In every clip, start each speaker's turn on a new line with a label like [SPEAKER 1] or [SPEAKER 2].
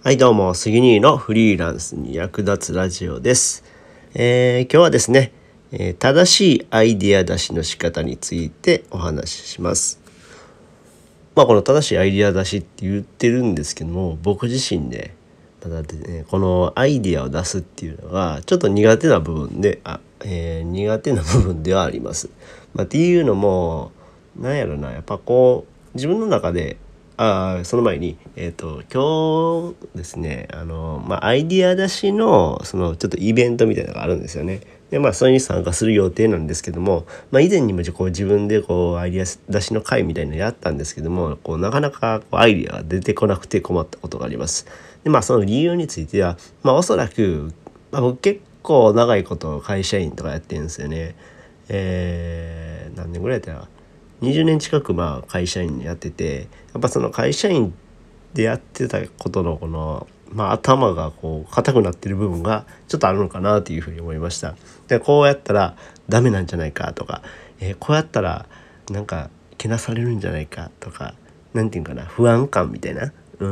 [SPEAKER 1] はいどうも、杉兄のフリーランスに役立つラジオです。今日はですね、正しいアイデア出しの仕方についてお話しします。この正しいアイデア出しって言ってるんですけども、僕自身ね、このアイデアを出すっていうのがちょっと苦手な部分ではあります。っていうのもなんやろな、やっぱこう自分の中でその前に、今日ですね、アイディア出しのそのちょっとイベントみたいなのがあるんですよね。でそれに参加する予定なんですけども、以前にもこう自分でこうアイディア出しの会みたいなのやったんですけども、こうなかなかこうアイディアが出てこなくて困ったことがあります。でその理由については、おそらく、僕結構長いこと会社員とかやってるんですよね。何年ぐらいやったら20年近く会社員やってて、やっぱその会社員でやってたことのこの、頭がこう硬くなってる部分がちょっとあるのかなというふうに思いました。でこうやったらダメなんじゃないかとか、こうやったらなんかけなされるんじゃないかとか、なんていうかな、不安感みたいな、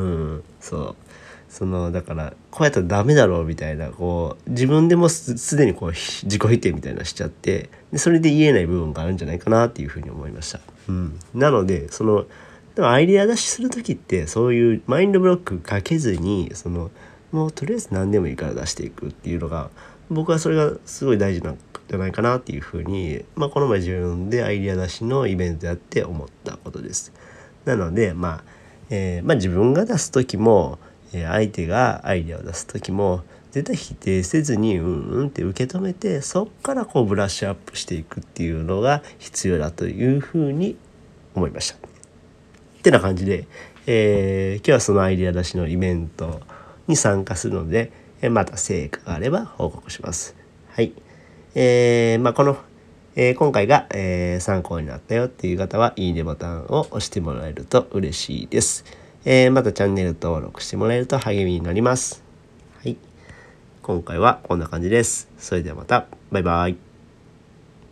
[SPEAKER 1] だからこうやったらダメだろうみたいな、こう自分でもすでにこう自己否定みたいなしちゃって、でそれで言えない部分があるんじゃないかなっていうふうに思いました。なのででもアイデア出しする時ってそういうマインドブロックかけずに、もうとりあえず何でもいいから出していくっていうのが、僕はそれがすごい大事なんじゃないかなっていうふうに、この前自分でアイデア出しのイベントやって思ったことです。なので自分が出す時も、相手がアイデアを出す時も絶対否定せずにって受け止めて、そっからこうブラッシュアップしていくっていうのが必要だというふうに思いました。ってな感じで、今日はそのアイデア出しのイベントに参加するので、また成果があれば報告します。はい。今回が、参考になったよっていう方はいいねボタンを押してもらえると嬉しいです。またチャンネル登録してもらえると励みになります。はい。今回はこんな感じです。それではまた。バイバイ。